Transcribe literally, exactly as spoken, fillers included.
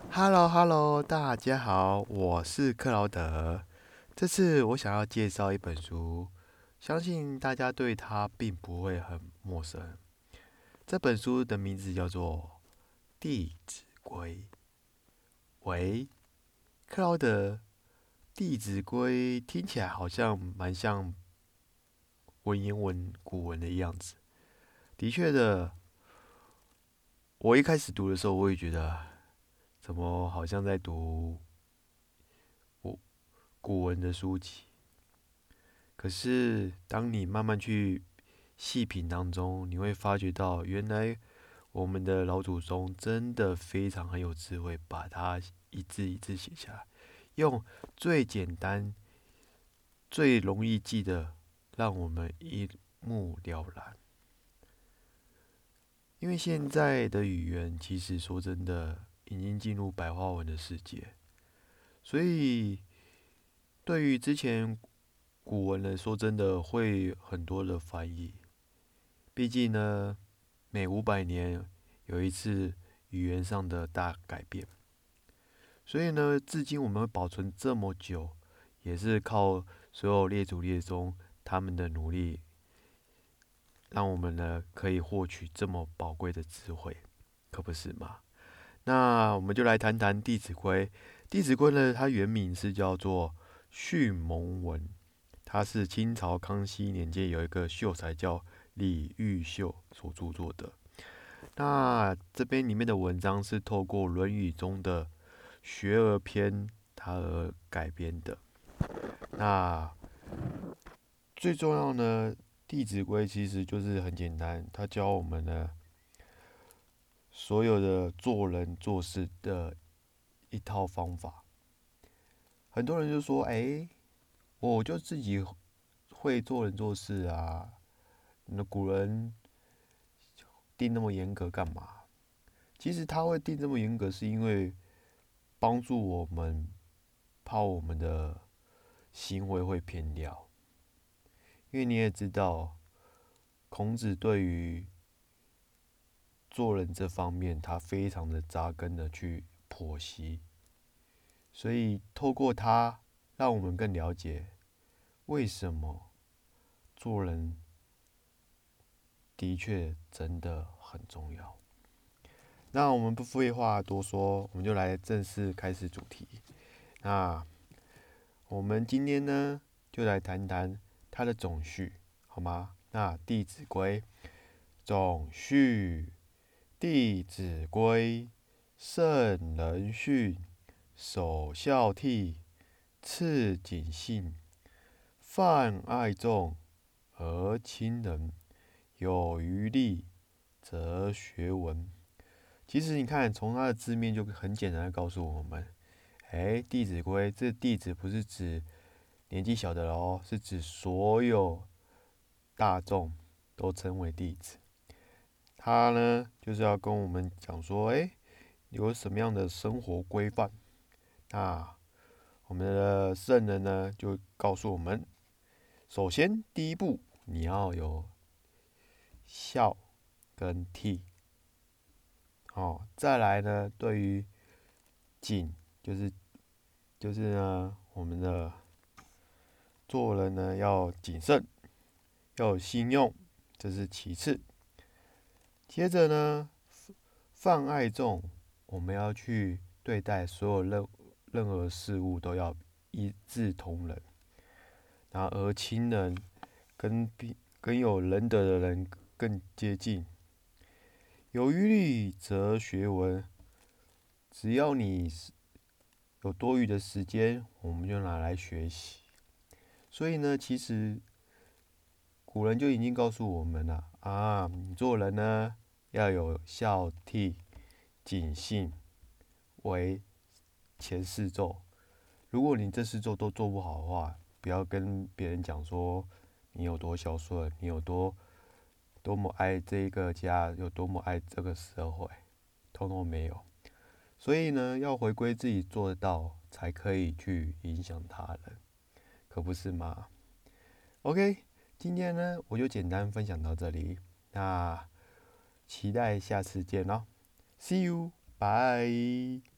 Hello Hello，大家好，我是克劳德。这次我想要介绍一本书，相信大家对它并不会很陌生。这本书的名字叫做《弟子规》。喂，克劳德，《弟子规》听起来好像蛮像文言文古文的样子。的确的，我一开始读的时候，我也觉得怎么好像在读古古文的书籍。可是，当你慢慢去细品当中，你会发觉到，原来我们的老祖宗真的非常很有智慧，把它一字一字写下来，用最简单、最容易记的，让我们一目了然。因为现在的语言，其实说真的，已经进入白话文的世界，所以对于之前古文来说，真的会很多的翻译。毕竟呢，每五百年有一次语言上的大改变，所以呢，至今我们会保存这么久，也是靠所有列祖列宗他们的努力，让我们呢可以获取这么宝贵的智慧，可不是吗？那我们就来谈谈《弟子规》。《弟子规》呢，它原名是叫做训蒙文，它是清朝康熙年间有一个秀才叫李毓秀所著作的。那这边里面的文章是透过《论语》中的学而篇它而改编的。那最重要呢，《弟子规》其实就是很简单，它教我们呢所有的做人做事的一套方法。很多人就说：“哎，我就自己会做人做事啊，那古人定那么严格干嘛？”其实他会定这么严格，是因为帮助我们，怕我们的行为会偏掉。因为你也知道，孔子对于做人这方面，他非常的扎根的去剖析，所以透过他，让我们更了解为什么做人的确真的很重要。那我们不废话多说，我们就来正式开始主题。那我们今天呢，就来谈谈它的总序，好吗？那《弟子规》总序：弟子规，圣人训，首孝悌，次谨信，泛爱众而亲仁，有余力则学文。其实你看，从它的字面就很简单的告诉我们，哎，《弟子规》这弟子不是指年纪小的哦，是指所有大众都称为弟子。他呢，就是要跟我们讲说，哎，有什么样的生活规范？那我们的圣人呢，就告诉我们，首先第一步，你要有孝跟悌。哦，再来呢，对于谨，就是就是呢，我们的做人呢要谨慎，要有信用，这是其次。接着呢，泛爱众，我们要去对待所有任任何事物都要一视同仁，然后而亲人跟比跟有仁德的人更接近。有余力则学文，只要你有多余的时间，我们就拿来学习。所以呢，其实古人就已经告诉我们了啊，你做人呢要有孝悌谨信为前四咒。如果你这四咒都做不好的话，不要跟别人讲说你有多孝顺，你有多多么爱这个家，有多么爱这个社会，通通没有。所以呢，要回归自己做得到，才可以去影响他人，可不是吗？OK，今天呢，我就简单分享到这里，那期待下次见咯 See you，拜。